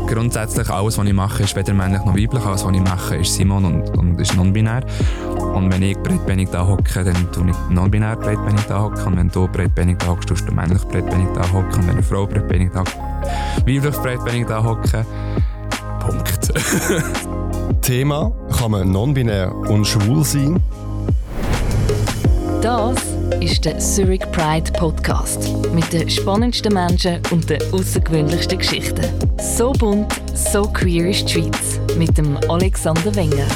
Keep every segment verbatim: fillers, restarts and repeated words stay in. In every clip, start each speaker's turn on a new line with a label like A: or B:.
A: grundsätzlich alles, was ich mache, ist weder männlich noch weiblich. Alles, was ich mache, ist Simon und, und ist non-binär. Und wenn ich breitbeinig da hocke, dann tue ich non-binär breitbeinig da hocken. Und wenn du breitbeinig da hockst, tust du männlich breitbeinig da hocken. Und wenn eine Frau breitbeinig da hockt, weiblich breitbeinig da hocken. Punkt.
B: Thema: Kann man non-binär und schwul sein?
C: Das ist der Zurich Pride Podcast mit den spannendsten Menschen und den außergewöhnlichsten Geschichten. So bunt, so queer ist die Schweiz mit dem Alexander Wenger.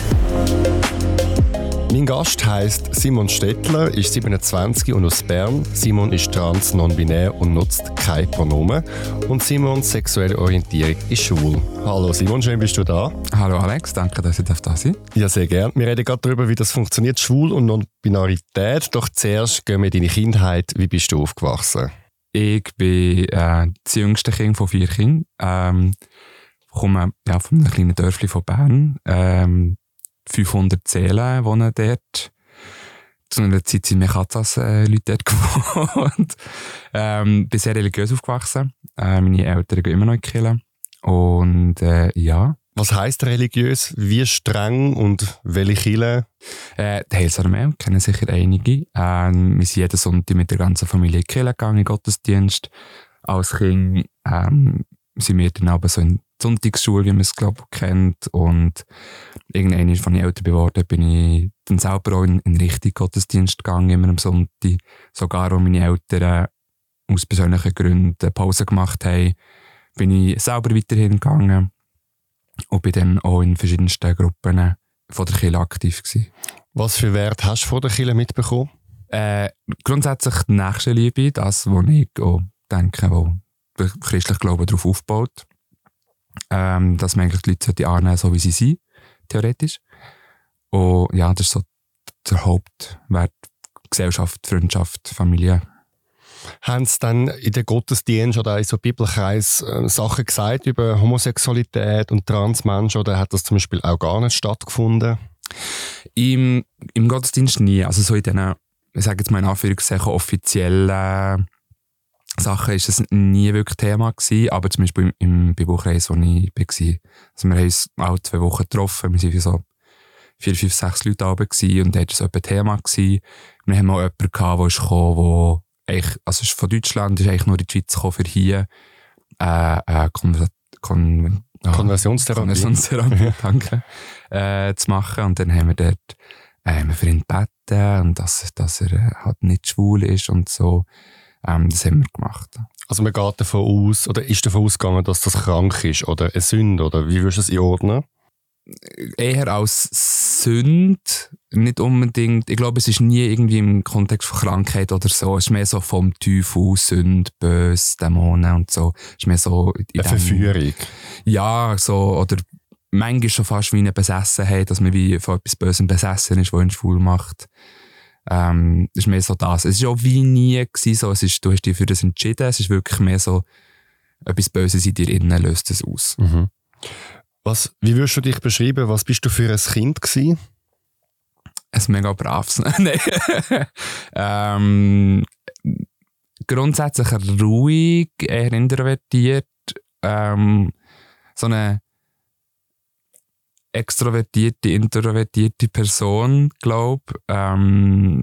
B: Mein Gast heisst Simon Stettler, ist siebenundzwanzig und aus Bern. Simon ist trans, non-binär und nutzt keine Pronomen. Und Simons sexuelle Orientierung ist schwul. Hallo Simon, schön bist du da.
A: Hallo Alex, danke, dass ich da sein darf.
B: Ja, sehr gerne. Wir reden gerade darüber, wie das funktioniert, Schwul und Non-Binarität. Doch zuerst gehen wir in deine Kindheit. Wie bist du aufgewachsen?
A: Ich bin äh, das jüngste Kind von vier Kindern. Ähm, ich komme ja, von einem kleinen Dörfli von Bern. Ähm, fünfhundert Seelen wohnen dort. Zu einer Zeit sind mehr Katzas-Leute dort gewohnt. ähm, bin sehr religiös aufgewachsen. Äh, meine Eltern gehen immer noch in die Kirche. Und äh, ja.
B: Was heisst religiös? Wie streng und welche Kirche?
A: Äh, die Heilsarmee kennen sicher einige. Äh, wir sind jeden Sonntag mit der ganzen Familie in die Kirche gegangen, in den Gottesdienst. Als Kind ähm, sind wir dann aber so in Sonntagsschule, wie man es glaube ich kennt. Und irgendwann von den Eltern geworden, bin ich dann selber auch in, in Richtung Gottesdienst gegangen, immer am Sonntag. Sogar, als meine Eltern aus persönlichen Gründen Pause gemacht haben, bin ich selber weiterhin gegangen und bin dann auch in verschiedensten Gruppen von der Kirche aktiv gewesen.
B: Was für Wert hast du von der Kirche mitbekommen?
A: Äh, grundsätzlich die Nächstenliebe, das, was ich auch denke, wo der christliche Glaube darauf aufbaut. Ähm, dass man eigentlich die Leute annehmen sollte, so wie sie sind, theoretisch. Und ja, das ist so der Hauptwert. Gesellschaft, Freundschaft, Familie.
B: Haben sie dann in den Gottesdienst oder in so Bibelkreis äh, Sachen gesagt über Homosexualität und Transmenschen, oder hat das zum Beispiel auch gar nicht stattgefunden?
A: Im, im Gottesdienst nie. Also so in diesen, ich sage jetzt mal in Anführungszeichen, offiziellen Sachen ist es nie wirklich Thema gewesen, aber zum Beispiel im, im Bibelkreis, wo ich war, also wir haben uns alle zwei Wochen getroffen, wir waren so vier, fünf, sechs Leute da gewesen, und da war es ein Thema gewesen. Wir haben auch jemanden gehabt, der ist gekommen, wo eigentlich, also ist von Deutschland, ist eigentlich nur in die Schweiz gekommen, für hier äh, äh, Kon- Kon- ja,
B: Konversionstherapie,
A: Konversionstherapie danke, äh, zu machen. Und dann haben wir dort äh, für ihn gebeten, und dass, dass er äh, halt nicht schwul ist und so. Ähm, das haben wir gemacht.
B: Also man geht davon aus, oder ist davon ausgegangen, dass das krank ist oder eine Sünde, oder wie würdest du es einordnen?
A: Eher als Sünde, nicht unbedingt. Ich glaube, es ist nie irgendwie im Kontext von Krankheit oder so. Es ist mehr so vom Teufel, Sünde, Böse, Dämonen und so. Es ist mehr so in
B: eine Verführung.
A: Ja, so, oder manchmal schon fast wie eine Besessenheit, dass man wie von etwas Bösem besessen ist, was ihn schwul macht. Ähm, das ist mehr so das. Es war auch wie nie gewesen, so, es ist, du hast dich für das entschieden. Es ist wirklich mehr so, etwas Böses in dir innen löst es aus.
B: Mhm. Was, wie würdest du dich beschreiben? Was bist du für ein Kind gewesen?
A: Ein mega braves. Nein. ähm, grundsätzlich ruhig, eher introvertiert. Ähm, so eine extrovertierte, introvertierte Person, glaube ich. Ähm,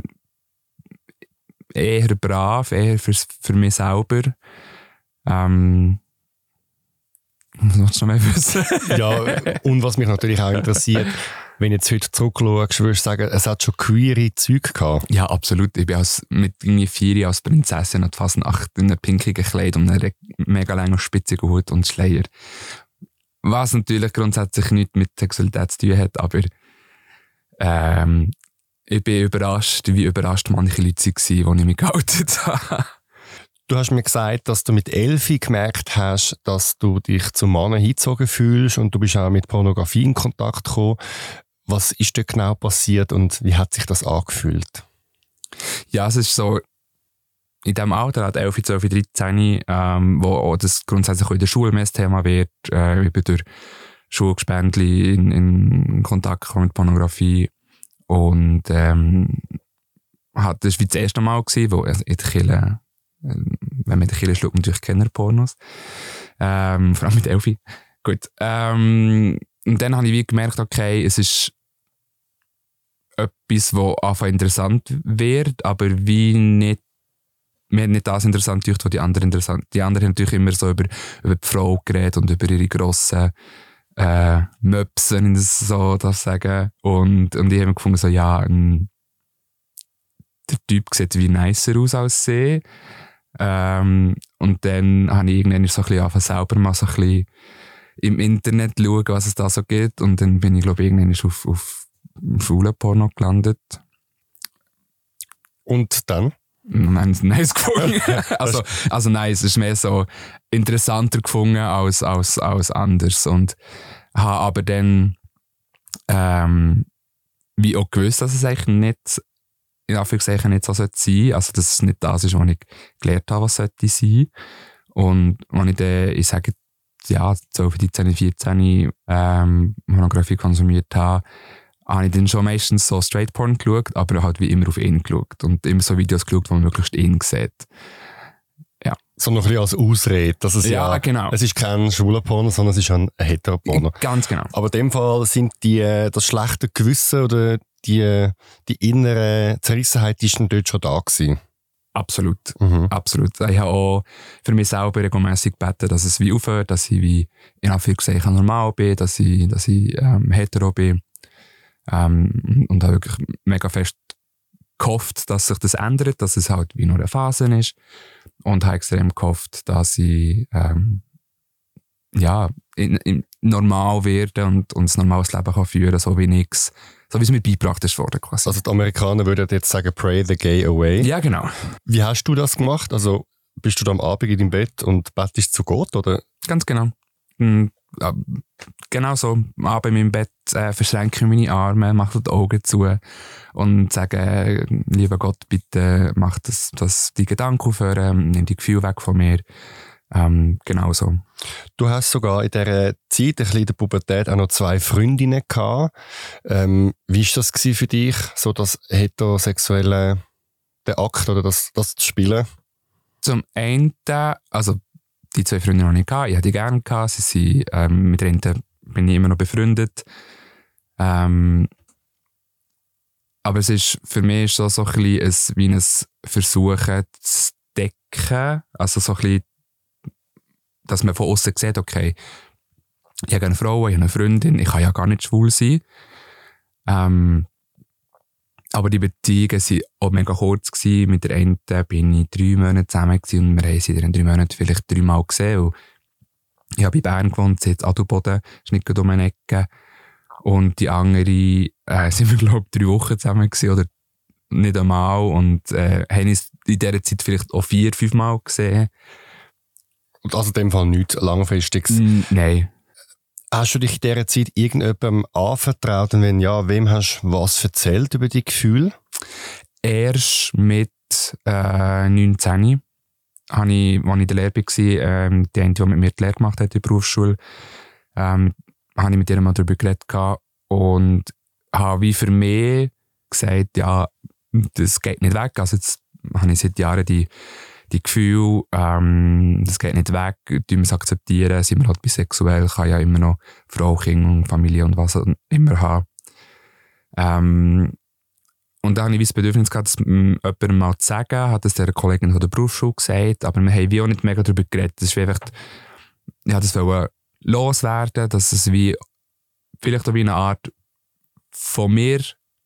A: eher brav, eher für, für mich selber. Ähm, was willst du noch mehr wissen?
B: Ja, und was mich natürlich auch interessiert, wenn du jetzt heute zurückschaust, würdest du sagen, es hat schon queere Zeug gehabt?
A: Ja, absolut. Ich bin als, mit irgendwie vier als Prinzessin und fast acht in einem pinkigen Kleid und einem mega langen spitzigen Hut und Schleier. Was natürlich grundsätzlich nichts mit Sexualität zu tun hat, aber ähm, ich bin überrascht, wie überrascht manche Leute waren, als ich mich geoutet habe.
B: Du hast mir gesagt, dass du mit elf gemerkt hast, dass du dich zum Mann hingezogen fühlst, und du bist auch mit Pornografie in Kontakt gekommen. Was ist dort genau passiert und wie hat sich das angefühlt?
A: Ja, es ist so, in diesem Alter, halt elf, zwölf, dreizehn, ähm, wo auch das grundsätzlich auch in der Schule mehr Thema wird. Äh, ich bin durch Schulgespendli in, in Kontakt gekommen mit Pornografie. Und ähm, hat, das war wie das erste Mal, gewesen, wo in der Kirche, wenn man in der Kirche schaut, man natürlich Kinderpornos. Ähm, vor allem mit elf. Gut. Ähm, und dann habe ich wie gemerkt, okay, es ist etwas, das einfach interessant wird, aber wie nicht, mir hat nicht das interessant gedacht, was die anderen interessant. Die anderen haben natürlich immer so über, über die Frau geredet und über ihre grossen äh, Möps, wenn ich das so darf sagen. Und, und ich habe gefunden, so, ja, ein, der Typ sieht wie nicer aus als sie. Ähm, und dann habe ich irgendwann so ein bisschen angefangen, selber mal so ein bisschen im Internet schauen, was es da so gibt. Und dann bin ich, glaube ich, irgendwann auf, auf Schwulenporno gelandet.
B: Und dann?
A: Nein, es nice gefunden. also, also nein, es ist mehr so interessanter gefunden als, als, als anders. Und habe aber dann ähm, wie auch gewusst, dass es eigentlich nicht, in Anführungszeichen nicht so sein sollte. Also, dass es nicht das ist, was ich gelernt habe, was sollte sein. Und wenn ich dann, ich sage, ja, zwölf, dreizehn, vierzehn ähm, Pornografie konsumiert habe, habe ich dann schon meistens so Straight-Porn geschaut, aber halt wie immer auf ihn geschaut und immer so Videos geschaut, wo man möglichst ihn sieht. Ja.
B: So noch ein bisschen als Ausrede, dass es ja,
A: ja genau.
B: Es ist kein schwuler Porno, sondern es ist ein Heteroporno.
A: Ganz genau.
B: Aber in dem Fall sind die, das schlechte Gewissen oder die, die innere Zerrissenheit, die ist dann dort schon da gewesen.
A: Absolut.
B: Mhm.
A: Absolut. Ich habe auch für mich selber regelmässig gebeten, dass es wie aufhört, dass ich wie in Anführungszeichen normal bin, dass ich, dass ich ähm, hetero bin. Ähm, und habe wirklich mega fest gehofft, dass sich das ändert, dass es halt wie nur eine Phase ist. Und habe extrem gehofft, dass ich ähm, ja, in, in normal werde und, und ein normales Leben kann führen, so wie nichts, so wie es mir beigebracht ist worden quasi.
B: Also die Amerikaner würden jetzt sagen, pray the gay away.
A: Ja, genau.
B: Wie hast du das gemacht? Also bist du da am Abend in deinem Bett und bettest zu Gott, oder?
A: Ganz genau. Mhm. Genau so. Am Abend in meinem Bett äh, verschränke ich meine Arme, mache die Augen zu und sage, äh, lieber Gott, bitte mach das, das die Gedanken aufhören, nimm die Gefühle weg von mir. Ähm, genau so.
B: Du hast sogar in dieser Zeit, ein bisschen in der Pubertät, auch noch zwei Freundinnen gehabt. Ähm, wie war das für dich, so das heterosexuelle der Akt oder das, das zu spielen?
A: Zum einen, also die zwei Freunde noch nicht gehabt, ich hatte die gerne gehabt, sie sind, ähm, mit denen bin ich immer noch befreundet. Ähm, aber es ist, für mich ist so, so ein bisschen ein, wie ein Versuchen zu decken, also so ein bisschen, dass man von außen sieht, okay, ich habe eine Frau, ich habe eine Freundin, ich kann ja gar nicht schwul sein. Ähm, aber die Beziehungen waren auch mega kurz gewesen. Mit der einen bin ich drei Monate zusammen gewesen und wir haben sie in den drei Monaten vielleicht dreimal gesehen. Und ich habe in Bern gewohnt, sie hat Adelboden, ist nicht gerade um eine Ecke. Und die andere äh, sind wir, glaube ich, drei Wochen zusammen gewesen, oder nicht einmal. Und äh, haben uns in dieser Zeit vielleicht auch vier, fünf Mal gesehen.
B: Und also in dem Fall nichts Langfristiges?
A: Mm, nein.
B: Hast du dich in dieser Zeit irgendjemandem anvertraut und wenn ja, wem hast du was erzählt über die Gefühle?
A: Erst mit äh, neunzehn, habe ich, als ich in der Lehre war, ähm, die eine, die mit mir die Lehre gemacht hat in der Berufsschule, ähm, habe ich mit ihr mal darüber geredet und habe wie für mich gesagt, ja, das geht nicht weg. Also jetzt habe ich seit Jahren die Die Gefühle, ähm, das geht nicht weg, tun wir es akzeptieren, sind wir halt bisexuell, kann ja immer noch Frau, Kinder und Familie und was immer haben. Ähm, und da habe ich das Bedürfnis gehabt, das jemandem mal zu sagen, hat es der Kollegin von der Berufsschule gesagt, aber wir haben wie auch nicht mega darüber geredet. Das ist wie einfach, ja, das wollen loswerden, dass es wie, vielleicht auch wie eine Art von mir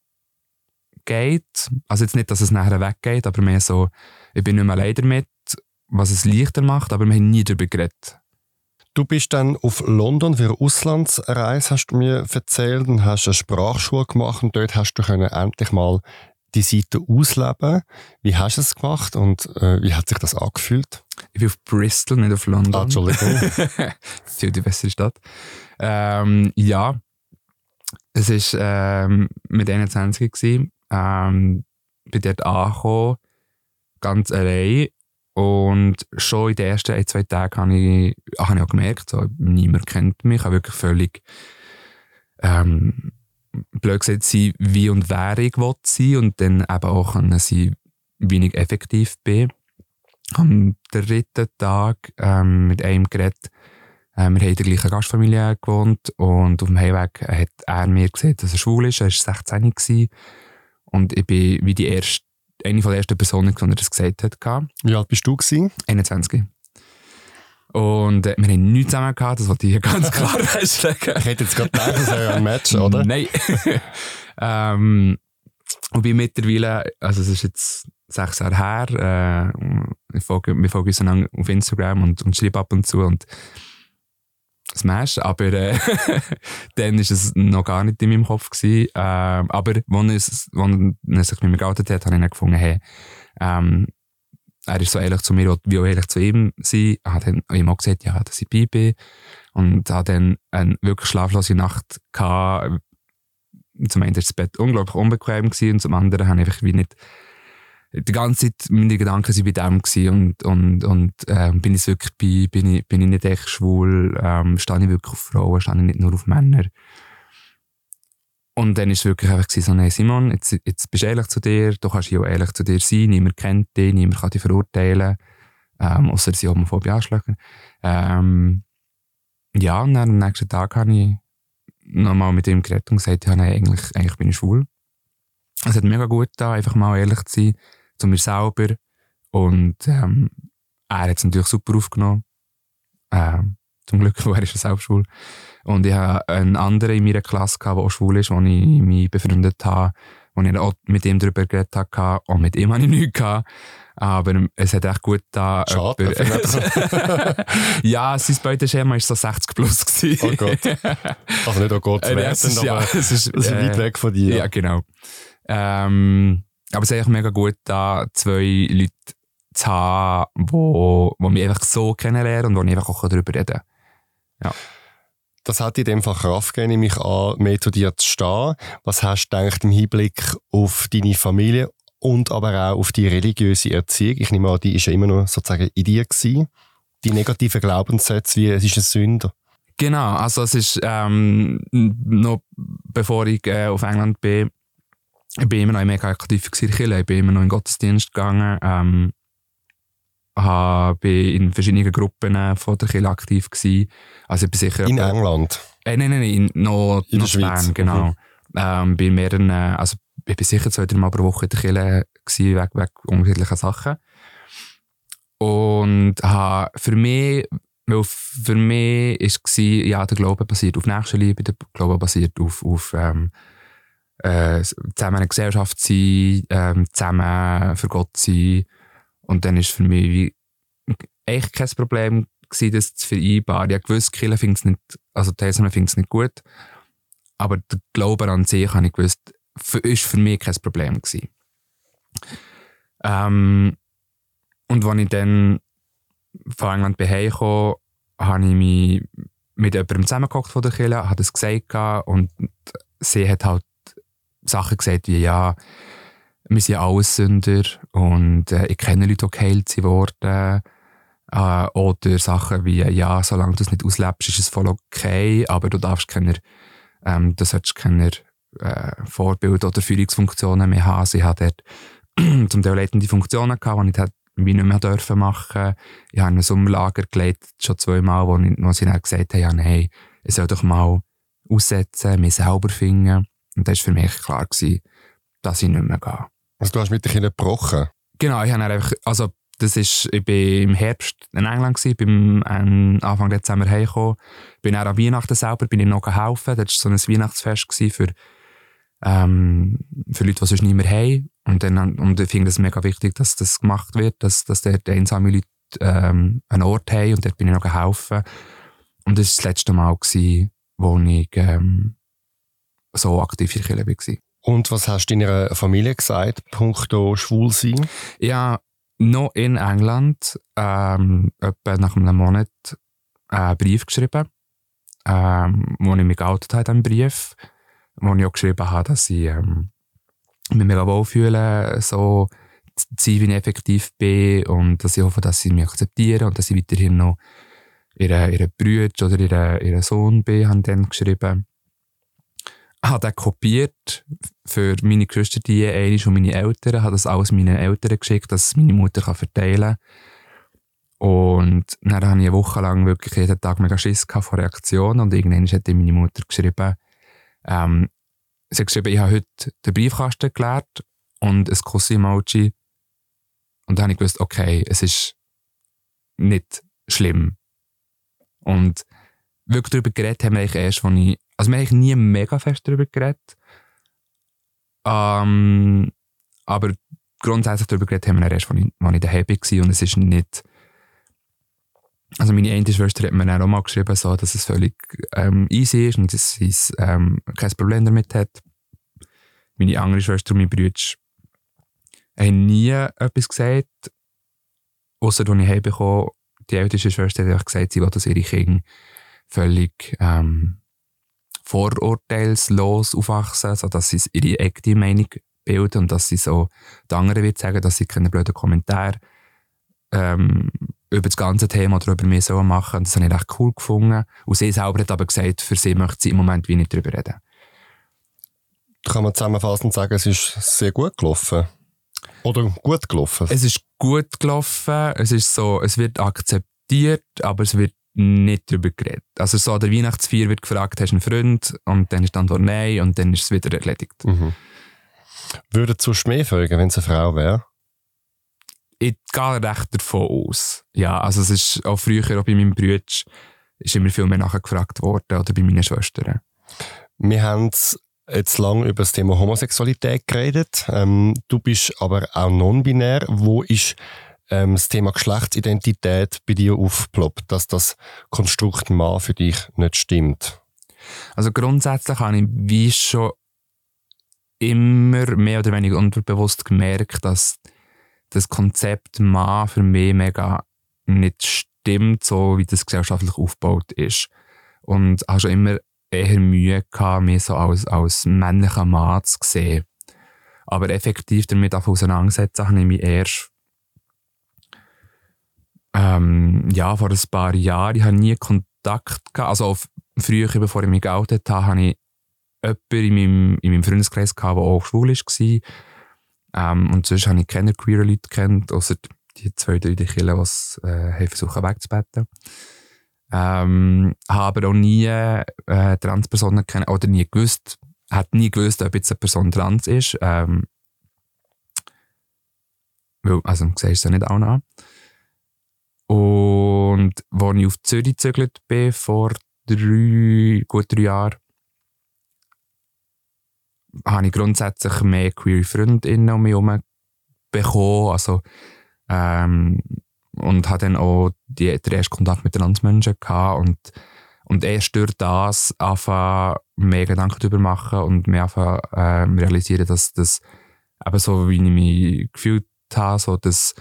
A: geht. Also jetzt nicht, dass es nachher weggeht, aber mehr so, ich bin nicht mehr allein damit, was es leichter macht, aber wir haben nie darüber geredet.
B: Du bist dann auf London für eine Auslandsreise, hast du mir erzählt, und hast eine Sprachschule gemacht und dort hast du können endlich mal die Seite ausleben. Wie hast du es gemacht und äh, wie hat sich das angefühlt?
A: Ich bin auf Bristol, nicht auf London.
B: Ah, Entschuldigung.
A: Viel die bessere Stadt. Ähm, ja, es war ähm, mit einundzwanzig gewesen. Ähm, bin dort angekommen, ganz allein. Und schon in den ersten ein, zwei Tagen habe ich, habe ich auch gemerkt, so, niemand kennt mich. Ich habe wirklich völlig ähm, blöd gesagt sein, wie und wer ich will sein und dann eben auch können sein, wie ich effektiv bin. Am dritten Tag ähm, mit einem geredet, Äh, wir haben in der gleichen Gastfamilie gewohnt und auf dem Heimweg hat er mir gesagt, dass er schwul ist. Er war sechzehn gewesen. Und ich bin wie die erste, eine von der ersten Personen, die er das gesagt hat.
B: Wie alt bist du gewesen?
A: einundzwanzig. Und äh, wir haben nichts zusammen gehabt, das wollte ich hier ganz klar festlegen.
B: Ich hätte jetzt gerade gedacht, das wäre ein Match, oder?
A: Nein. ähm, und bin mittlerweile, also es ist jetzt sechs Jahre her, äh, ich folge, wir folgen uns auf Instagram und, und schreiben ab und zu und Smash, aber äh, dann war es noch gar nicht in meinem Kopf gewesen. Äh, aber als er sich mit mir geoutet hat, habe ich dann gefunden, hey, ähm, er ist so ehrlich zu mir, wie auch ehrlich zu ihm sein. Er hat dann ihm auch gesagt, ja, dass ich bi bin. Und hat dann eine wirklich schlaflose Nacht gehabt. Zum einen war das Bett unglaublich unbequem gewesen, und zum anderen habe ich einfach wie nicht die ganze Zeit meine Gedanken waren bei dem gewesen und, und, und ähm, bin ich wirklich bei, bin ich, bin ich nicht echt schwul, ähm, stehe ich wirklich auf Frauen, stehe ich nicht nur auf Männer. Und dann war es wirklich einfach so, hey Simon, jetzt, jetzt bist du ehrlich zu dir, du kannst ja auch ehrlich zu dir sein, niemand kennt dich, niemand kann dich verurteilen, ähm, ausser sie homophobe Anschläge. Ähm, ja, und dann am nächsten Tag habe ich nochmal mit ihm geredet und gesagt, ja, nein, eigentlich, eigentlich bin ich schwul. Es hat mega gut getan, einfach mal ehrlich zu sein, zu mir selber. Und ähm, er hat es natürlich super aufgenommen. Ähm, zum Glück, weil er ist ja selbst schwul. Und ich hatte einen anderen in meiner Klasse, der auch schwul ist, wo ich mich befreundet habe, wo ich auch mit ihm darüber geredet habe. Und mit ihm hatte ich nichts gehabt. Aber es hat echt gut getan.
B: Schade.
A: Ja, sein Beuteschema war so sechzig plus.
B: Oh Gott. Also nicht oh Gott zu werden, aber
A: ja, es ist,
B: es ist
A: äh,
B: weit weg von dir.
A: Ja, genau. Ähm, aber es ist eigentlich mega gut, da zwei Leute zu haben, die wo, wo mich einfach so kennenlernen und wo ich einfach auch darüber reden kann. Ja.
B: Das hat in dem Fall Kraft gegeben, mich an, mehr zu dir zu stehen. Was hast du gedacht im Hinblick auf deine Familie und aber auch auf die religiöse Erziehung? Ich nehme an, die war ja immer noch sozusagen in dir gewesen. Die negativen Glaubenssätze, wie es ist ein Sünder.
A: Genau, also es ist ähm, noch bevor ich äh, auf England bin, ich bin immer noch mega aktiv in der Kirche, ich bin immer noch in den Gottesdienst gegangen, ähm, bin in verschiedenen Gruppen von der Kirche aktiv gewesen. Also ich bin sicher...
B: In England?
A: Äh, nein, nein, nein, noch in der Schweiz, Bern, genau. Mhm. Ähm, bei mehreren, also ich bin sicher zwei, drei Mal pro Woche in der Kirche gewesen, wegen, wegen unterschiedlichen Sachen. Und habe für mich, weil für mich war, ja, der Glaube basiert auf Nächstenliebe, der Glaube basiert auf, auf ähm, äh, zusammen eine Gesellschaft sein, ähm, zusammen für Gott sein. Und dann war für mich wie echt kein Problem gewesen, das zu vereinbaren. Ich wusste, die Kirche findet es nicht, also die Heilsame findet es nicht gut. Aber der Glaube an sich, habe ich gewusst, war für mich kein Problem gewesen. Ähm, und als ich dann von England bin heimgekommen, habe ich mich mit jemandem zusammengehockt von der Kirche, habe das gesagt und sie hat halt Sachen gesagt wie, ja, wir sind alles Sünder und äh, ich kenne Leute, die geheilt wurden. Äh, oder Sachen wie, ja, solange du es nicht auslebst, ist es voll okay, aber du darfst keine, ähm, du solltest keine äh, Vorbild- oder Führungsfunktionen mehr haben. Sie hat dort zum Teil leitende Funktionen gehabt, die ich halt wie nicht mehr dürfen machen. Ich habe ein Sommerlager geleitet, schon zweimal, wo, ich, wo sie dann gesagt haben, ja, nein, ich soll doch mal aussetzen, mich selber finden. Und das war für mich klar gewesen, dass ich nicht mehr gehe.
B: Also du hast mit den Kindern gebrochen?
A: Genau, ich habe einfach, also das ist, ich war im Herbst in England gewesen, bin ähm, Anfang Dezember heimgekommen, bin dann an Weihnachten selber, bin ich noch geholfen, das war so ein Weihnachtsfest gewesen für, ähm, für Leute, die sonst nicht mehr haben. Und, dann, und ich finde es mega wichtig, dass das gemacht wird, dass, dass dort einsame Leute ähm, einen Ort haben und dort bin ich noch geholfen. Und das war das letzte Mal gewesen, wo ich ähm, so aktiv in der Kirche war.
B: Und was hast du deiner Familie gesagt, punkto Schwulsein? Ja,
A: noch in England, ähm, etwa nach einem Monat, einen Brief geschrieben, ähm, wo ich mich geoutet habe, einen Brief, wo ich auch geschrieben habe, dass ich ähm, mich mega wohlfühle, so zu sein, wie ich effektiv bin und dass ich hoffe, dass sie mich akzeptieren und dass ich weiterhin noch ihre, ihre Brüder oder ihre, ihre Sohn bin, habe ich dann geschrieben. Ich habe das kopiert für meine Geschwister, die einmal und meine Eltern. Ich habe das alles meinen Eltern geschickt, dass meine Mutter verteilen kann. Und dann hatte ich eine Woche lang wirklich jeden Tag mega Schiss vor Reaktionen und irgendwann hat meine Mutter geschrieben, ähm, sie hat geschrieben, ich habe heute den Briefkasten geleert und ein Kuss-Emoji. Und dann habe ich gewusst, okay, es ist nicht schlimm. Und wirklich darüber geredet haben wir eigentlich erst, als ich, also wir haben eigentlich nie mega fest darüber geredet. Ähm, aber grundsätzlich darüber geredet haben wir erst, als ich, als ich daheim war und es ist nicht, also meine eine Schwester hat mir dann auch mal geschrieben, so, dass es völlig ähm, easy ist und dass sie ähm, kein Problem damit hat. Meine andere Schwester und mein Bruder haben nie etwas gesagt, ausser als ich heimgekommen. Die älteste Schwester hat gesagt, sie will, dass ihre Kinder völlig ähm, vorurteilslos aufwachsen, sodass sie ihre eigene Meinung bilden und dass sie so den anderen wird sagen, dass sie keine blöden Kommentare ähm, über das ganze Thema oder über mich so machen. Das habe ich echt cool gefunden. Und sie selber hat aber gesagt, für sie möchte sie im Moment wie nicht darüber reden.
B: Kann man zusammenfassend sagen, es ist sehr gut gelaufen? Oder gut gelaufen?
A: Es ist gut gelaufen. Es ist so, es wird akzeptiert, aber es wird nicht darüber geredet. Also so an der Weihnachtsfeier wird gefragt, hast du einen Freund? Und dann ist die Antwort nein und dann ist es wieder erledigt.
B: Mhm. Würde zu mehr folgen, wenn es eine Frau wäre?
A: Ich gehe recht davon aus. Ja, also es ist auch früher, auch bei meinem Bruder, ist immer viel mehr nachgefragt worden oder bei meinen Schwestern.
B: Wir haben jetzt lange über das Thema Homosexualität geredet. Ähm, du bist aber auch non-binär. Wo ist ähm, das Thema Geschlechtsidentität bei dir aufgeploppt, dass das Konstrukt Mann für dich nicht stimmt?
A: Also grundsätzlich habe ich wie schon immer mehr oder weniger unterbewusst gemerkt, dass das Konzept Mann für mich mega nicht stimmt, so wie das gesellschaftlich aufgebaut ist. Und habe schon immer eher Mühe gehabt, mich so als, als männlicher Mann zu sehen. Aber effektiv damit auseinandersetzen habe ich mich erst ähm, ja, vor ein paar Jahren. Ich habe nie Kontakt gehabt. Also früher, bevor ich mich geoutet habe, habe ich jemanden in meinem, in meinem Freundeskreis gehabt, der auch schwul war. Ähm, und sonst habe ich keine queeren Leute kennt, außer die zwei, drei Kinder, die es äh, versuchen wegzubetten. Ähm, habe aber auch nie äh, Transpersonen kennen oder nie gewusst, hat nie gewusst, ob jetzt eine Person trans ist. Ähm, weil, also, du siehst es ja nicht auch noch. Und als ich auf Zürich gezögert bin, vor drei, gut drei Jahren, habe ich grundsätzlich mehr queere Freundinnen um mich herum bekommen. Also, ähm, und hatte dann auch die, den ersten Kontakt mit Transmenschen gehabt und, und erst durch das anfangen, mehr Gedanken darüber machen und mehr anfangen, äh, realisieren, dass das eben so, wie ich mich gefühlt habe, so, dass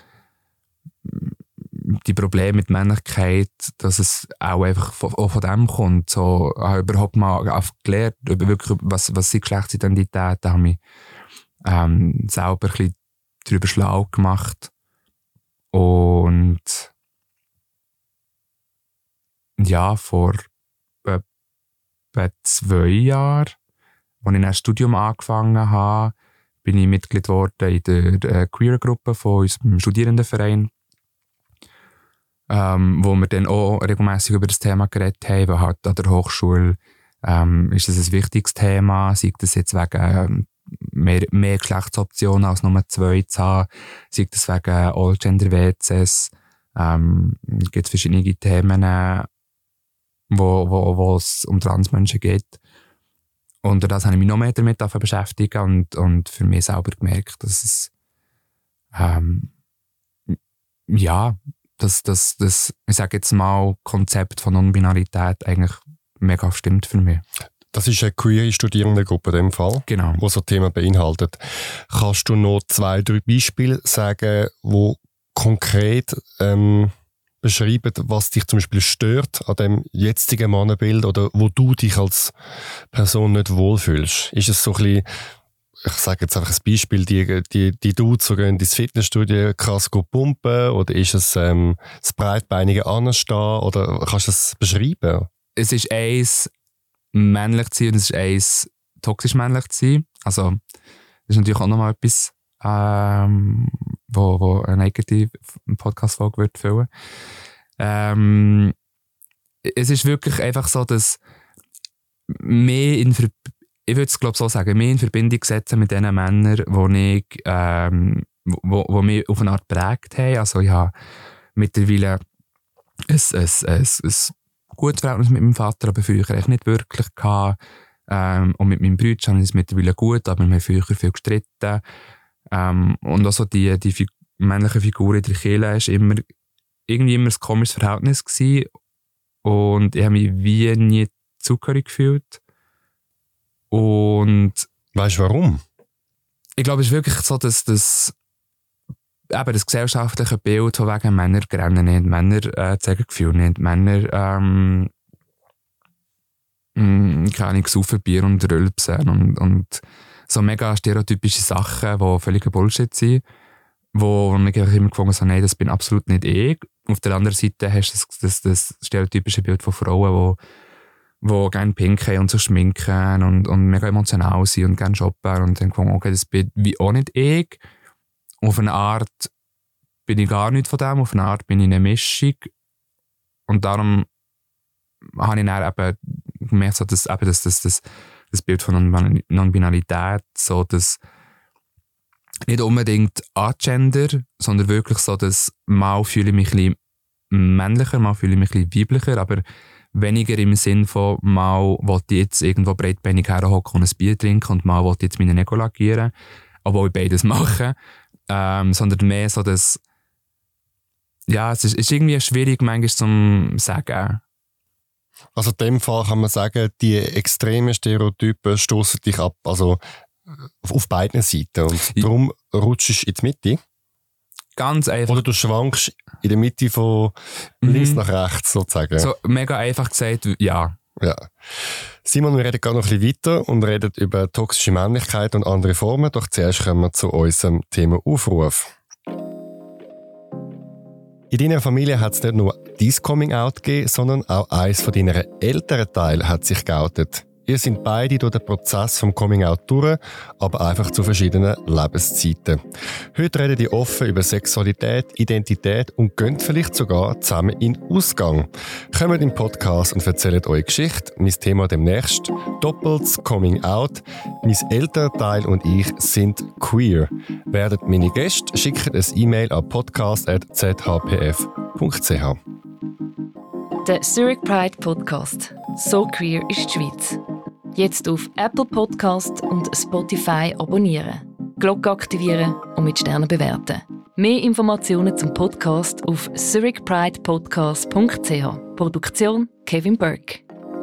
A: die Probleme mit Männlichkeit, dass es auch einfach von, auch von dem kommt. So, ich habe überhaupt mal gelernt, über wirklich, was, was sind Geschlechtsidentität, da habe ich ähm, selber ein bisschen darüber schlau gemacht. Und ja, vor etwa zwei Jahren, als ich ein Studium angefangen habe, bin ich Mitglied geworden in der äh, Queer-Gruppe von unserem Studierendenverein, ähm, wo wir dann auch regelmässig über das Thema geredet haben, weil halt an der Hochschule ähm, ist das ein wichtiges Thema, sei das jetzt wegen ähm, mehr, mehr Geschlechtsoptionen als nur zwei zu haben, sei das wegen All-Gender-W Cs, ähm, gibt es verschiedene Themen, wo, wo, wo es um Transmenschen geht. Und das habe ich mich noch mehr damit beschäftigt und, und für mich selber gemerkt, dass es ähm, ja, dass das, das, ich sage jetzt mal, Konzept von Non-Binarität eigentlich mega stimmt für mich.
B: Das ist eine queere Studierendengruppe in dem Fall,
A: genau,
B: die so Themen beinhaltet. Kannst du noch zwei, drei Beispiele sagen, die konkret ähm, beschreiben, was dich zum Beispiel stört an dem jetzigen Mannenbild oder wo du dich als Person nicht wohlfühlst? Ist es so ein bisschen, ich sage jetzt einfach ein Beispiel, die, die, die Dudes, die gehen ins Fitnessstudio krass pumpen, oder ist es ähm, das breitbeinige Anstehen, oder kannst du das beschreiben?
A: Es ist eins, männlich zu sein und es ist eins, toxisch männlich zu sein. Also, das ist natürlich auch nochmal etwas, ähm, wo, wo eine eigene Podcast-Folge wird füllen. Ähm, es ist wirklich einfach so, dass mehr in Ver- ich würde es glaube so sagen, mehr in Verbindung setzen mit den Männern, wo ich, ähm, wo, wo mich auf eine Art prägt haben. Also ich habe mittlerweile ein, ein, ein, ein gutes Verhältnis mit meinem Vater, aber früher eigentlich nicht wirklich gehabt. Ähm, und mit meinem Bruder habe ich es mittlerweile gut, aber wir haben früher viel gestritten. Ähm, und auch so die, die Fig- männliche Figur in der Kirche war immer, irgendwie immer ein komisches Verhältnis gewesen. Und ich habe mich wie nie zugehörig gefühlt. Und
B: weißt du warum?
A: ich glaube, es ist wirklich so, dass das, eben das gesellschaftliche Bild von wegen Männer grennen nicht, Männer äh, zeigen Gefühl nicht, Männer ähm, mh, keine Ahnung, saufen Bier und rülpsen und, und so mega stereotypische Sachen, die völliger Bullshit sind, wo ich immer gefunden habe, nein, das bin absolut nicht ich. Auf der anderen Seite hast du das, das, das stereotypische Bild von Frauen, die die gerne pinken und so schminken und, und mega emotional sind und gerne shoppen und dann gefunden, okay, das bin wie auch nicht ich. Auf eine Art bin ich gar nicht von dem, auf eine Art bin ich eine Mischung und darum habe ich dann eben gemerkt, so, dass eben das, das, das, das Bild von Non-Binarität, so dass nicht unbedingt agender, sondern wirklich so, dass mal fühle ich mich ein bisschen männlicher, mal fühle ich mich ein bisschen weiblicher, aber weniger im Sinn von mal wollte ich jetzt irgendwo breitbeinig herhocken und ein Bier trinken und mal wollte ich jetzt meine Ego lackieren, obwohl ich beides mache, ähm, sondern mehr so, dass ja, es ist, ist irgendwie schwierig manchmal zu sagen.
B: Also in dem Fall kann man sagen, die extremen Stereotypen stoßen dich ab, also auf beiden Seiten und darum rutschst du in die Mitte.
A: Ganz einfach.
B: Oder du schwankst in der Mitte von
A: Mhm.
B: links nach rechts sozusagen.
A: So mega einfach gesagt, ja.
B: Ja. Simon, wir reden gerade noch ein bisschen weiter und reden über toxische Männlichkeit und andere Formen, doch zuerst kommen wir zu unserem Thema Aufruf. In deiner Familie hat es nicht nur dein Coming-out gegeben, sondern auch eines von deinen älteren Teilen hat sich geoutet. Ihr seid beide durch den Prozess vom Coming-out durch, aber einfach zu verschiedenen Lebenszeiten. Heute reden die offen über Sexualität, Identität und gehen vielleicht sogar zusammen in den Ausgang. Kommt im Podcast und erzählt eure Geschichte. Mein Thema demnächst: Doppeltes Coming-out. Mein älterer Teil und ich sind queer. Werdet meine Gäste, schickt ein E-Mail an podcast at z h p f punkt c h.
C: Der Zurich Pride Podcast. So queer ist die Schweiz. Jetzt auf Apple Podcast und Spotify abonnieren, Glocke aktivieren und mit Sternen bewerten. Mehr Informationen zum Podcast auf zurich pride podcast punkt c h. Produktion Kevin Burke.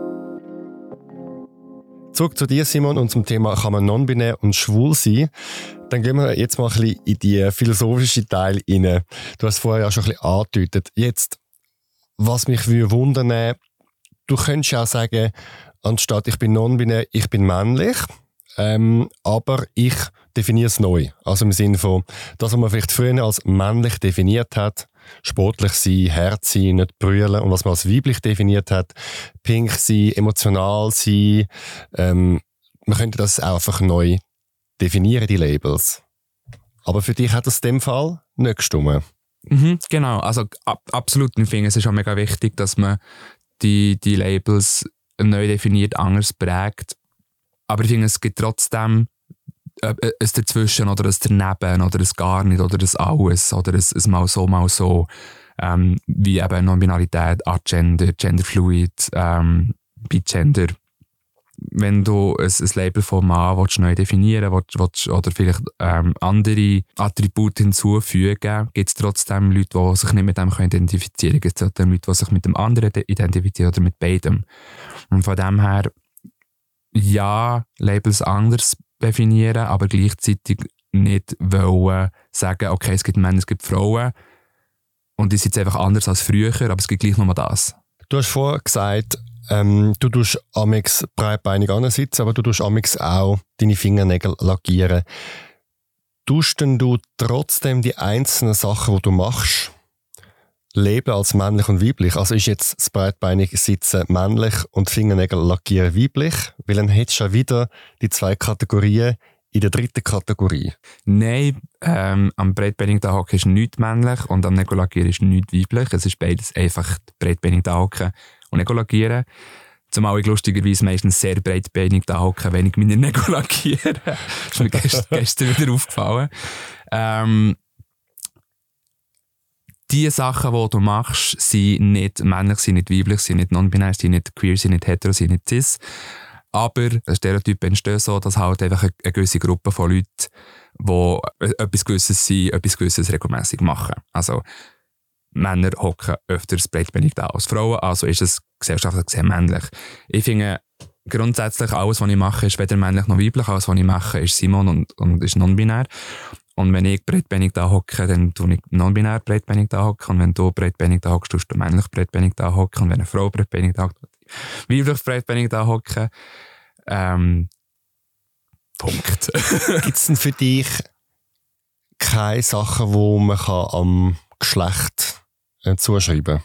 B: Zurück zu dir, Simon, und zum Thema «Kann man non-binär und schwul sein?» Dann gehen wir jetzt mal ein bisschen in die philosophische Teil rein. Du hast vorher ja schon ein bisschen angedeutet. Jetzt, was mich wundern würde, du könntest auch sagen, anstatt ich bin non-binär, ich bin männlich, ähm, aber ich definiere es neu. Also im Sinne von, das, was man vielleicht früher als männlich definiert hat, sportlich sein, Herz sein, nicht brüllen, und was man als weiblich definiert hat, pink sein, emotional sein, ähm, man könnte das auch einfach neu definieren, die Labels. Aber für dich hat das in dem Fall nicht gestimmt.
A: Mhm, genau, also ab, absolut. Ich finde, es ist auch mega wichtig, dass man die, die Labels neu definiert, anders prägt. Aber ich finde, es gibt trotzdem äh, ein Dazwischen oder ein Daneben oder ein Gar nicht oder ein Alles oder ein, ein mal so, mal so. Ähm, wie eben Non-Binarität, Agender, Genderfluid, ähm, Bigender. Wenn du ein, ein Label von Mann willst, neu definieren willst, willst, oder vielleicht ähm, andere Attribute hinzufügen, gibt es trotzdem Leute, die sich nicht mit dem identifizieren können. Gibt es trotzdem Leute, die sich mit dem anderen identifizieren oder mit beidem. Und von dem her, ja, Labels anders definieren, aber gleichzeitig nicht wollen sagen, okay, es gibt Männer, es gibt Frauen und die sind jetzt einfach anders als früher, aber es gibt gleich nur das.
B: Du hast vorher gesagt, ähm, du tust amix breitbeinig ansitzen, aber du tust amix auch deine Fingernägel lackieren. Tust denn du trotzdem die einzelnen Sachen, die du machst, leben als männlich und weiblich? Also ist jetzt das breitbeinige Sitzen männlich und Fingernägel lackieren weiblich? Weil dann hättest du ja wieder die zwei Kategorien in der dritten Kategorie?
A: Nein, ähm, am breitbeinigen Hocken ist nichts männlich und am Negolagieren ist nichts weiblich. Es ist beides einfach breitbeinig Hocken und Negolagieren. Zumal ich lustigerweise meistens sehr breitbeinig hocke, wenn ich meine Nägel lackiere. Das ist mir gest- gestern wieder aufgefallen. Ähm, die Sachen, die du machst, sind nicht männlich, sind nicht weiblich, sind nicht non-binär, sind nicht queer, sind nicht hetero, sind nicht cis. Aber Stereotypen entstehen so, dass halt einfach eine, eine gewisse Gruppe von Leuten, die etwas Gewisses sind, etwas Gewisses regelmässig machen. Also Männer hocken öfters breitbeinig da als Frauen, also ist es gesellschaftlich gesehen männlich. Ich finde, grundsätzlich alles, was ich mache, ist weder männlich noch weiblich. Alles, was ich mache, ist Simon und, und ist non-binär. Und wenn ich breitbeinig da hocke, dann tue ich non-binär breitbeinig da hocken. Und wenn du breitbeinig da hockst, tust du männlich breitbeinig da hocken. Und wenn eine Frau breitbeinig da hockt, weiblich breitbeinig da hocken. Ähm, Punkt.
B: Gibt es denn für dich keine Sachen, die man kann am Geschlecht äh, zuschreiben kann?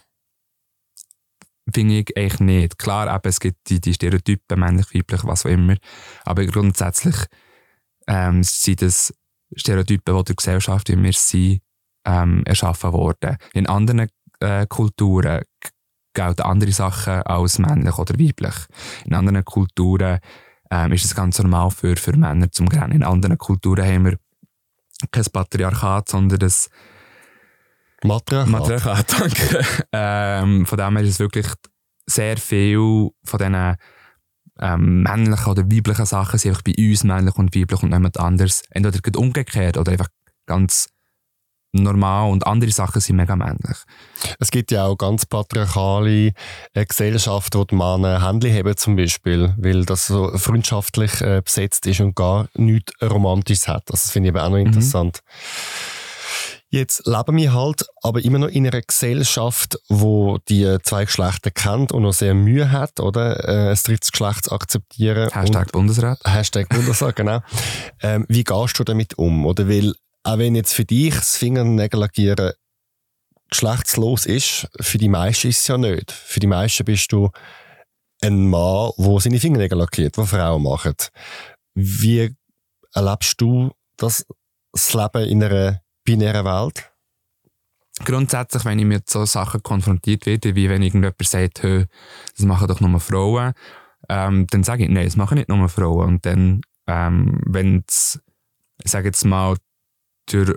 A: Finde ich eigentlich nicht. Klar, eben, es gibt die, die Stereotypen, männlich, weiblich, was auch immer. Aber grundsätzlich ähm, sind das Stereotypen, die der Gesellschaft, wie wir sind, ähm, erschaffen worden. In anderen äh, Kulturen gelten andere Sachen als männlich oder weiblich. In anderen Kulturen ähm, ist es ganz normal für, für Männer zum Rennen. In anderen Kulturen haben wir kein Patriarchat, sondern das
B: Matriarchat.
A: Matriarchat, danke. ähm, von dem her ist es wirklich sehr viel von diesen ähm, männlichen oder weiblichen Sachen sind einfach bei uns männlich und weiblich und niemand anders. Entweder geht umgekehrt oder einfach ganz normal und andere Sachen sind mega männlich.
B: Es gibt ja auch ganz patriarchale äh, Gesellschaften, wo die Männer Händchen haben zum Beispiel, weil das so freundschaftlich äh, besetzt ist und gar nichts Romantisches hat. Das finde ich aber auch noch interessant. Mhm. Jetzt leben wir halt aber immer noch in einer Gesellschaft, wo die zwei Geschlechter kennt und noch sehr Mühe hat, oder? Äh, ein drittes Geschlecht zu akzeptieren.
A: Hashtag und Bundesrat.
B: Hashtag Bundesrat, genau. Ähm, wie gehst du damit um? Oder weil, auch wenn jetzt für dich das Fingernägel geschlechtslos ist, für die meisten ist es ja nicht. Für die meisten bist du ein Mann, der seine Fingernägel lackiert, was Frauen machen. Wie erlebst du das, das Leben in einer binären Welt?
A: Grundsätzlich, wenn ich mit so Sachen konfrontiert werde, wie wenn irgendjemand sagt, hey, das machen doch nur Frauen, ähm, dann sage ich, nein, das machen nicht nur Frauen. Und dann, ähm, wenn es, ich sage jetzt mal, der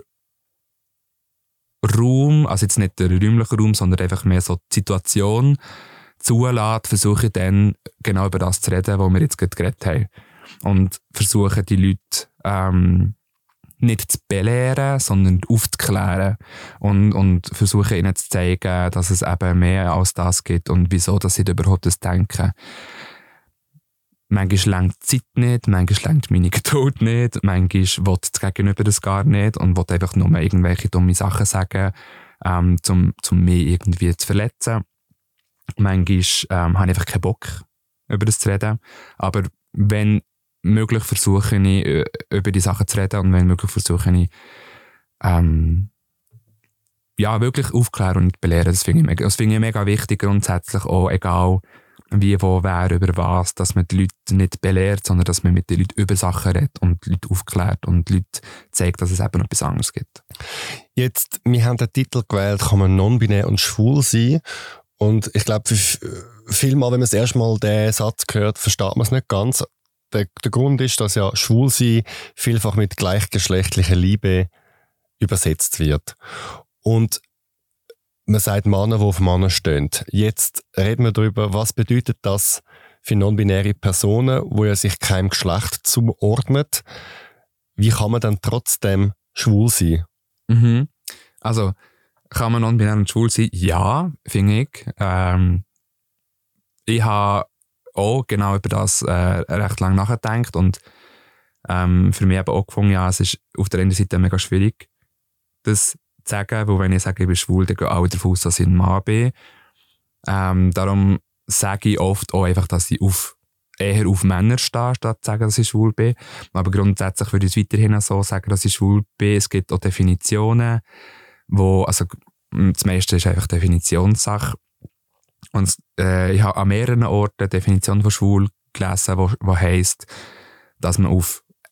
A: Raum, also jetzt nicht der räumliche Raum, sondern einfach mehr so die Situation zulässt, versuche ich dann genau über das zu reden, was wir jetzt gerade geredet haben. Und versuche die Leute ähm, nicht zu belehren, sondern aufzuklären und, und versuche ihnen zu zeigen, dass es eben mehr als das gibt und wieso dass sie überhaupt das denken. Manchmal reicht die Zeit nicht, manchmal reicht meine Geduld nicht, manchmal will das Gegenüber das gar nicht und will einfach nur irgendwelche dumme Sachen sagen, ähm, um, um mich irgendwie zu verletzen. Manchmal ähm, habe ich einfach keinen Bock, über das zu reden. Aber wenn möglich, versuche ich, über die Sachen zu reden und wenn möglich, versuche ich, ähm, ja, wirklich aufklären und nicht belehren. Das finde ich, mega, das finde ich mega wichtig, grundsätzlich auch, egal wie, wo, wer, über was, dass man die Leute nicht belehrt, sondern dass man mit den Leuten über Sachen redet und die Leute aufklärt und die Leute zeigt, dass es eben noch etwas anderes gibt.
B: Jetzt, wir haben den Titel gewählt, kann man non-binär und schwul sein. Und ich glaube, für viele Mal, wenn man das erste Mal den Satz hört, versteht man es nicht ganz. Der, der Grund ist, dass ja schwul sein vielfach mit gleichgeschlechtlicher Liebe übersetzt wird. Und man sagt Männer, die auf Männer stehen. Jetzt reden wir darüber, was bedeutet das für non-binäre Personen, die ja sich keinem Geschlecht zuordnet. Wie kann man dann trotzdem schwul sein?
A: Mhm. Also, kann man non-binär und schwul sein? Ja, finde ich. Ähm, ich habe auch genau über das äh, recht lange nachgedacht und ähm, für mich eben auch gefunden, ja, es ist auf der einen Seite mega schwierig, das zu sagen, weil wenn ich sage, ich bin schwul, dann gehen alle davon aus, dass ich ein Mann bin. Ähm, darum sage ich oft auch einfach, dass ich auf, eher auf Männer stehe, statt zu sagen, dass ich schwul bin. Aber grundsätzlich würde ich es weiterhin so sagen, dass ich schwul bin. Es gibt auch Definitionen, wo, also das meiste ist einfach Definitionssache. Und äh, ich habe an mehreren Orten eine Definition von schwul gelesen, wo, wo heisst, dass man auf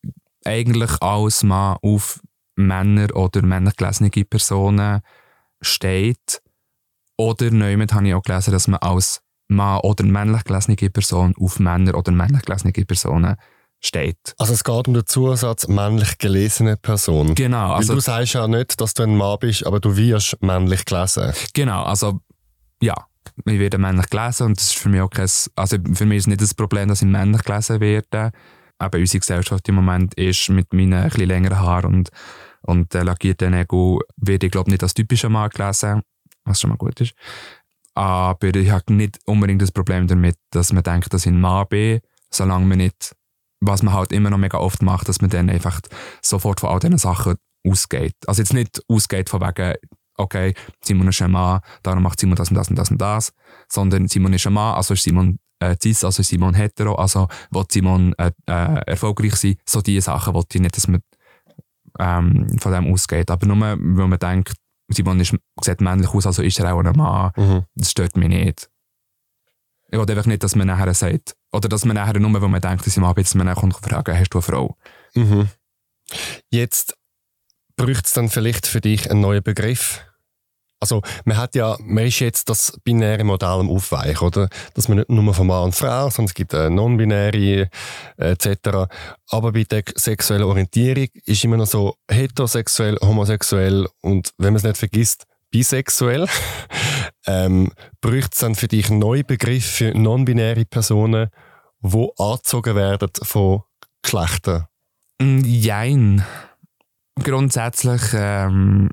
A: eigentlich als Mann auf Männer oder männlich gelesene Personen steht. Oder neulich habe ich auch gelesen, dass man als Mann oder männlich gelesene Person auf Männer oder männlich gelesene Personen steht.
B: Also es geht um den Zusatz männlich gelesene Person.
A: Genau.
B: Weil
A: Also,
B: du sagst ja nicht, dass du ein Mann bist, aber du wirst männlich gelesen.
A: genau, also ja, ich werde männlich gelesen und das ist für mich auch kein, also für mich ist nicht das Problem, dass ich männlich gelesen werde. Aber unsere Gesellschaft im Moment ist mit meinen ein bisschen längeren Haaren und, und äh, lackierten Nägeln, werde ich glaube nicht als typischer Mann gelesen, was schon mal gut ist. Aber ich habe nicht unbedingt das Problem damit, dass man denkt, dass ich ein Mann bin, solange man nicht, was man halt immer noch mega oft macht, dass man dann einfach sofort von all diesen Sachen ausgeht. Also jetzt nicht ausgeht von wegen, okay, Simon ist ein Mann, darum macht Simon das und das und das und das, sondern Simon ist ein Mann, also ist Simon äh, cis, also ist Simon hetero, also will Simon äh, äh, erfolgreich sein. So diese Sachen wollte ich nicht, dass man ähm, von dem ausgeht. Aber nur, weil man denkt, Simon ist, sieht männlich aus, also ist er auch ein Mann. Mhm. Das stört mich nicht. Ich will einfach nicht, dass man nachher sagt, oder dass man nachher nur, wenn man denkt, dass ich Mann bin, dass man nachher kommt und fragt, hast du eine Frau?
B: Mhm. Jetzt bräuchte es dann vielleicht für dich einen neuen Begriff? Also man hat ja, man ist jetzt das binäre Modell am Aufweichen, oder? Dass man nicht nur von Mann und Frau, sondern es gibt eine non-binäre äh, et cetera. Aber bei der sexuellen Orientierung ist immer noch so heterosexuell, homosexuell und, wenn man es nicht vergisst, bisexuell. ähm, bräuchte es dann für dich einen neuen Begriff für non-binäre Personen, die angezogen werden von Geschlechtern?
A: Jein. Grundsätzlich ähm,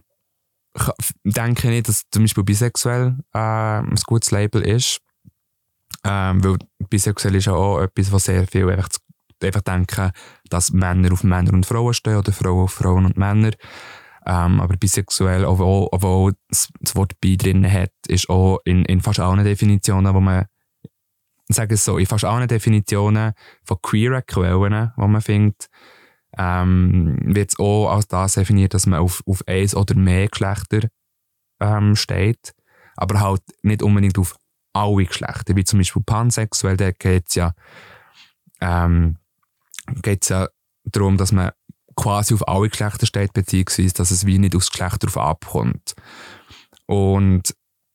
A: denke ich nicht, dass zum Beispiel bisexuell äh, ein gutes Label ist. Ähm, weil bisexuell ist ja auch etwas, was sehr viel einfach, einfach denken, dass Männer auf Männer und Frauen stehen oder Frauen auf Frauen und Männer. Ähm, aber bisexuell, obwohl, obwohl das, das Wort bi drin hat, ist auch in, in fast allen Definitionen, wo man, ich sage es so, in fast allen Definitionen von queeren Quellen, die man findet, ähm, wird es auch als das definiert, dass man auf, auf eins oder mehr Geschlechter ähm, steht, aber halt nicht unbedingt auf alle Geschlechter, wie zum Beispiel pansexuell, da geht es ja, ähm, geht's ja darum, dass man quasi auf alle Geschlechter steht, beziehungsweise dass es wie nicht aufs Geschlecht drauf abkommt. Und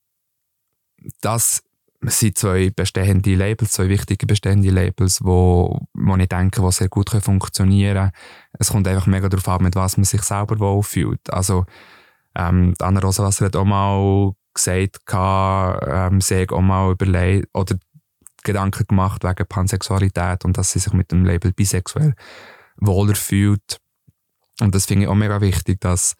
A: das sind zwei bestehende Labels, zwei wichtige bestehende Labels, wo, wo ich denke, die sehr gut funktionieren können. Es kommt einfach mega darauf an, mit was man sich selber wohlfühlt. Also, ähm, Anna Rosenwasser hat auch mal gesagt, ähm, sie hat auch mal überlegt oder Gedanken gemacht wegen Pansexualität und dass sie sich mit dem Label bisexuell wohler fühlt. Und das finde ich auch mega wichtig, dass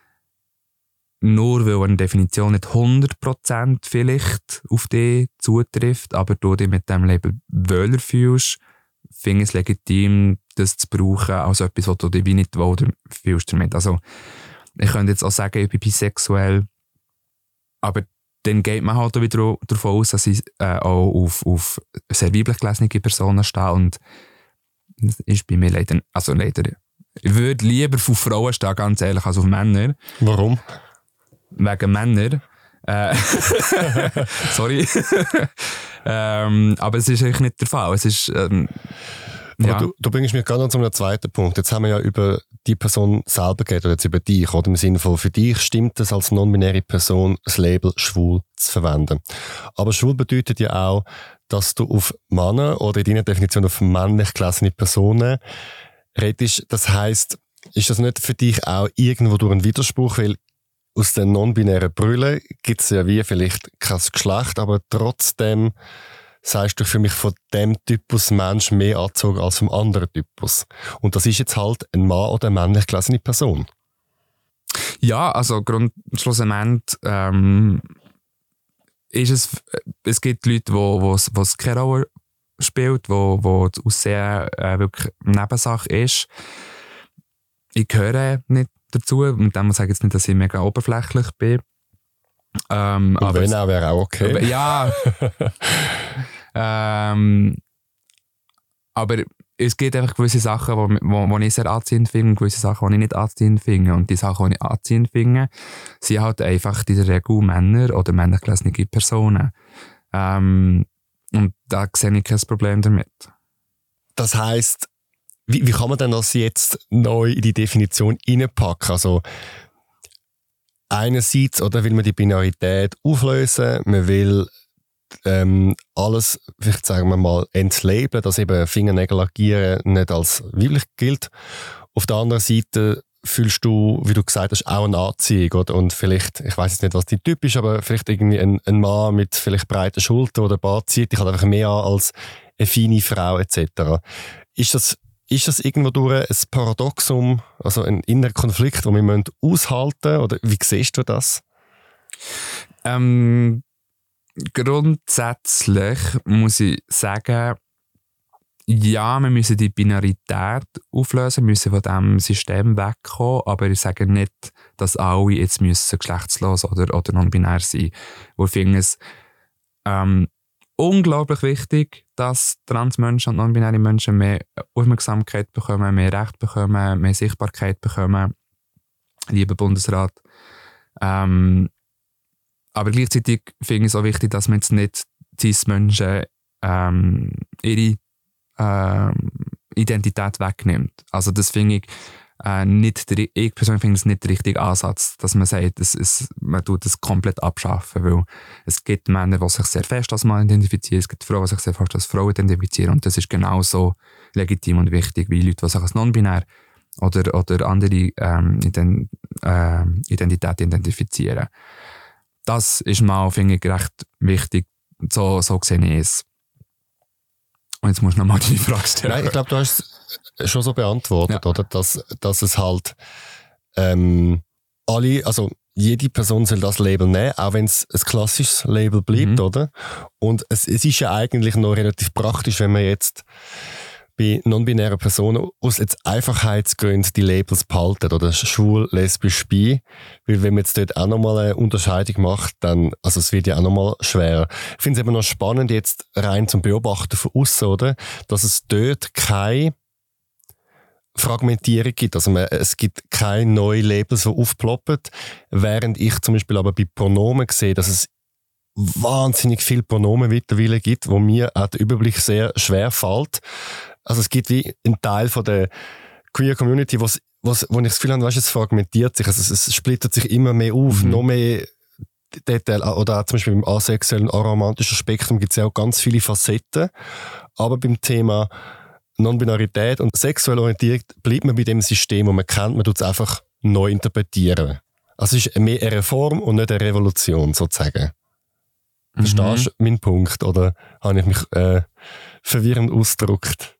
A: nur weil eine Definition nicht hundert Prozent vielleicht auf dich zutrifft, aber du dich mit dem Label wohler fühlst, finde ich es legitim, das zu brauchen als etwas, was du dich wie nicht wohler fühlst damit. Also, ich könnte jetzt auch sagen, ich bin bisexuell, aber dann geht man halt auch wieder davon aus, dass ich äh, auch auf, auf sehr weiblich gelesene Personen stehe und das ist bei mir leider, also leider, ich würde lieber auf Frauen stehen, ganz ehrlich, als auf Männer.
B: Warum?
A: Wegen Männer. Äh, sorry. ähm, aber es ist eigentlich nicht der Fall. Es ist, ähm, ja.
B: du, du bringst mich gerade noch zu einem zweiten Punkt. Jetzt haben wir ja über die Person selber geredet, oder jetzt über dich, oder im Sinne von, für dich stimmt es als non-binäre Person, das Label schwul zu verwenden. Aber schwul bedeutet ja auch, dass du auf Männer oder in deiner Definition auf männlich gelesene Personen redest. Das heisst, ist das nicht für dich auch irgendwo durch einen Widerspruch, weil aus den non-binären Brüllen gibt es ja wie vielleicht kein Geschlecht, aber trotzdem sagst du für mich von dem Typus Mensch mehr angezogen als vom anderen Typus. Und das ist jetzt halt ein Mann oder eine männlich gelesene Person.
A: Ja, also grundschlussendlich ähm, ist es, es gibt Leute, wo es keine Rolle spielt, wo, wo das Aussehen äh, wirklich Nebensache ist. Ich gehöre nicht dazu, und dann sage ich jetzt nicht, dass ich mega oberflächlich bin. Ähm,
B: und
A: aber
B: wenn auch, wäre auch okay.
A: Aber, ja. ähm, aber es gibt einfach gewisse Sachen, wo, wo, wo ich sehr anziehend finde, und gewisse Sachen, die ich nicht anziehend finde. Und die Sachen, die ich anziehend finde, sind halt einfach in der Regel Männer oder männlich gelesene Personen. Ähm, und da sehe ich kein Problem damit.
B: Das heisst, wie, wie kann man denn das jetzt neu in die Definition reinpacken? Also, einerseits, oder will man die Binarität auflösen, man will ähm, alles, vielleicht sagen wir mal, entlabeln, dass eben Fingernägel lackieren nicht als weiblich gilt. Auf der anderen Seite fühlst du, wie du gesagt hast, auch eine Anziehung, oder? Und vielleicht, ich weiß jetzt nicht, was dein Typ ist, aber vielleicht irgendwie ein, ein Mann mit vielleicht breiten Schultern oder Bart zieht dich halt einfach mehr an als eine feine Frau et cetera. Ist das, ist das irgendwo durch ein Paradoxum, also ein innerer Konflikt, den wir aushalten müssen? Oder wie siehst du das?
A: Ähm, grundsätzlich muss ich sagen, ja, wir müssen die Binarität auflösen, müssen von diesem System wegkommen, aber ich sage nicht, dass alle jetzt müssen geschlechtslos oder, oder non-binär sein. Wo ich finde es ähm, unglaublich wichtig, dass Transmenschen und non-binäre Menschen mehr Aufmerksamkeit bekommen, mehr Recht bekommen, mehr Sichtbarkeit bekommen. Lieber Bundesrat. Ähm, aber gleichzeitig finde ich es auch wichtig, dass man jetzt nicht Cis-Menschen ähm, ihre Identität wegnimmt. Also das finde ich äh, nicht, der, ich persönlich finde es nicht der richtige Ansatz, dass man sagt, es, es, man tut das komplett abschaffen, weil es gibt Männer, die sich sehr fest als Mann identifizieren, es gibt Frauen, die sich sehr fest als Frau identifizieren und das ist genauso legitim und wichtig wie Leute, die sich als non-binär oder, oder andere ähm, Ident, äh, Identitäten identifizieren. Das ist mal, finde ich, recht wichtig, so, so sehe ich es. Und jetzt musst du nochmal die Frage stellen.
B: Nein, ich glaube, du hast es schon so beantwortet,
A: ja.
B: oder? Dass, dass es halt ähm, alle, also jede Person soll das Label nehmen, auch wenn es ein klassisches Label bleibt, mhm. oder? Und es, es ist ja eigentlich noch relativ praktisch, wenn man jetzt bei non-binären Personen aus jetzt Einfachheitsgründen die Labels behalten, oder schwul, lesbisch, bi, weil wenn man jetzt dort auch nochmal eine Unterscheidung macht, dann, also es wird ja auch nochmal schwerer. Ich finde es eben noch spannend jetzt rein zum Beobachten von aussen, oder, dass es dort keine Fragmentierung gibt, also man, es gibt keine neuen Labels, die aufploppen, während ich zum Beispiel aber bei Pronomen sehe, dass es wahnsinnig viele Pronomen mittlerweile gibt, wo mir auch der Überblick sehr schwer fällt. Also es gibt wie einen Teil von der Queer Community, wo's, wo's, wo ich das Gefühl habe, weißt, es fragmentiert sich, also es, es splittert sich immer mehr auf, mhm. noch mehr Detail, oder auch zum Beispiel im asexuellen, aromantischen Spektrum gibt es ja auch ganz viele Facetten, aber beim Thema Non-Binarität und sexuell orientiert bleibt man bei dem System, das man kennt, man tut es einfach neu interpretieren. Also es ist mehr eine Reform und nicht eine Revolution, sozusagen. Mhm. Verstehst du meinen Punkt, oder habe ich mich äh, verwirrend ausgedrückt?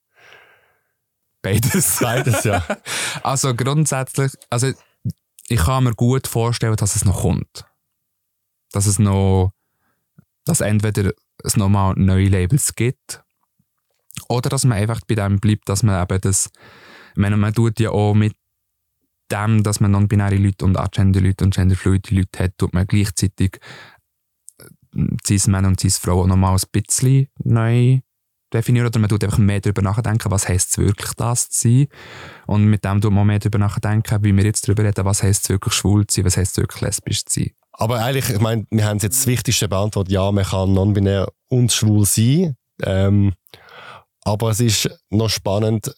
A: Beides.
B: Beides, ja.
A: Also grundsätzlich, also ich kann mir gut vorstellen, dass es noch kommt. Dass es noch, dass entweder es nochmal neue Labels gibt oder dass man einfach bei dem bleibt, dass man eben das, ich meine, man tut ja auch mit dem, dass man non-binäre Leute und agender-Leute und genderfluide Leute hat, tut man gleichzeitig Cis-Männer und Cis-Frauen nochmal ein bisschen neu definieren, oder man tut einfach mehr darüber nachdenken, was heisst es wirklich, das zu sein. Und mit dem tut man mehr darüber nachdenken, wie wir jetzt darüber reden, was heisst es wirklich, schwul zu sein, was heisst es wirklich, lesbisch zu sein.
B: Aber eigentlich, ich meine, wir haben jetzt das Wichtigste beantwortet, ja, man kann non-binär und schwul sein, ähm, aber es ist noch spannend,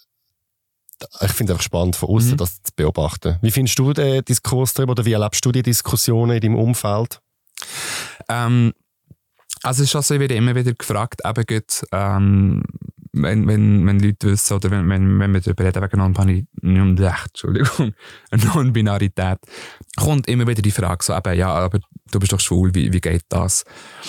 B: ich finde es einfach spannend von außen, mhm. das zu beobachten. Wie findest du den Diskurs darüber, oder wie erlebst du die Diskussionen in deinem Umfeld?
A: Ähm, Also es ist also, ich werde immer wieder gefragt, eben gut, ähm, wenn, wenn, wenn Leute wissen, oder wenn, wenn, wenn wir darüber reden, wegen Non-Binarität, Entschuldigung, Non-Binarität, kommt immer wieder die Frage, so eben, ja, aber du bist doch schwul, wie, wie geht das?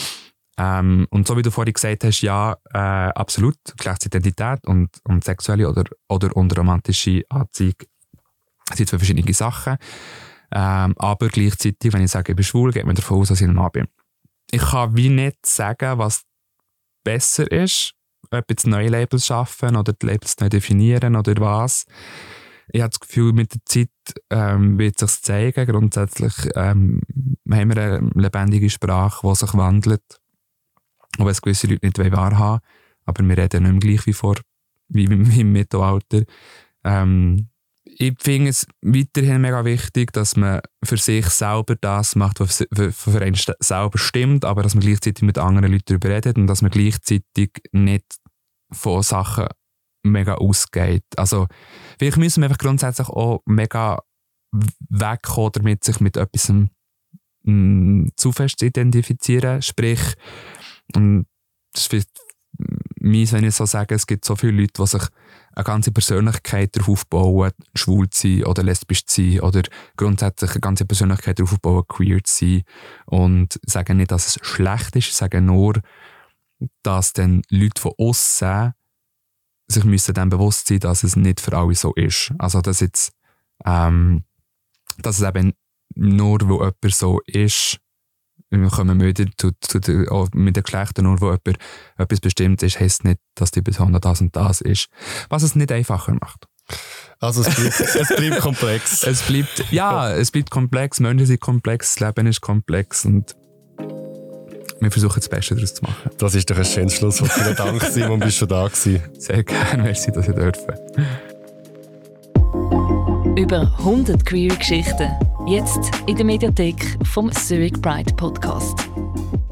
A: Ähm, und so wie du vorhin gesagt hast, ja, äh, absolut, Geschlechtsidentität und, und sexuelle oder, oder unromantische Anziehung sind zwei verschiedene Sachen. Ähm, aber gleichzeitig, wenn ich sage, ich bin schwul, geht man davon aus, dass ich ein Mann bin. Ich kann wie nicht sagen, was besser ist, ob jetzt neue Labels schaffen oder die Labels neu definieren oder was. Ich habe das Gefühl, mit der Zeit ähm, wird es sich zeigen. Grundsätzlich ähm, haben wir eine lebendige Sprache, die sich wandelt. Auch wenn es gewisse Leute nicht wahrhaben wollen. Aber wir reden nicht mehr gleich wie, vor, wie im Mittelalter. Ähm, Ich finde es weiterhin mega wichtig, dass man für sich selber das macht, was für, für einen selber stimmt, aber dass man gleichzeitig mit anderen Leuten darüber redet und dass man gleichzeitig nicht von Sachen mega ausgeht. Also, vielleicht müssen wir einfach grundsätzlich auch mega wegkommen, damit sich mit etwas mh, zu fest zu identifizieren. Sprich, mh, das ist vielleicht mies, wenn ich so sage, es gibt so viele Leute, die sich eine ganze Persönlichkeit darauf aufbauen, schwul zu sein oder lesbisch zu sein oder grundsätzlich eine ganze Persönlichkeit darauf aufbauen, queer zu sein und sagen nicht, dass es schlecht ist, sagen nur, dass dann Leute von aussen sich müssen dann bewusst sein, dass es nicht für alle so ist. Also dass jetzt ähm, dass es eben nur, wo jemand so ist, wir kommen wieder zu, zu der, auch mit den Geschlechtern, nur wo jemand etwas bestimmt ist, heisst nicht, dass die Person das und das ist. Was es nicht einfacher macht.
B: Also es bleibt, es bleibt komplex.
A: Es bleibt, ja, es bleibt komplex, Menschen sind komplex, das Leben ist komplex und wir versuchen das Beste daraus zu machen.
B: Das ist doch ein schönes Schlusswort. Vielen Dank, Simon, bist du da gewesen.
A: Sehr gerne, merci, dass ich dürfen.
C: Über hundert queer Geschichten. Jetzt in der Mediathek vom Zurich Pride Podcast.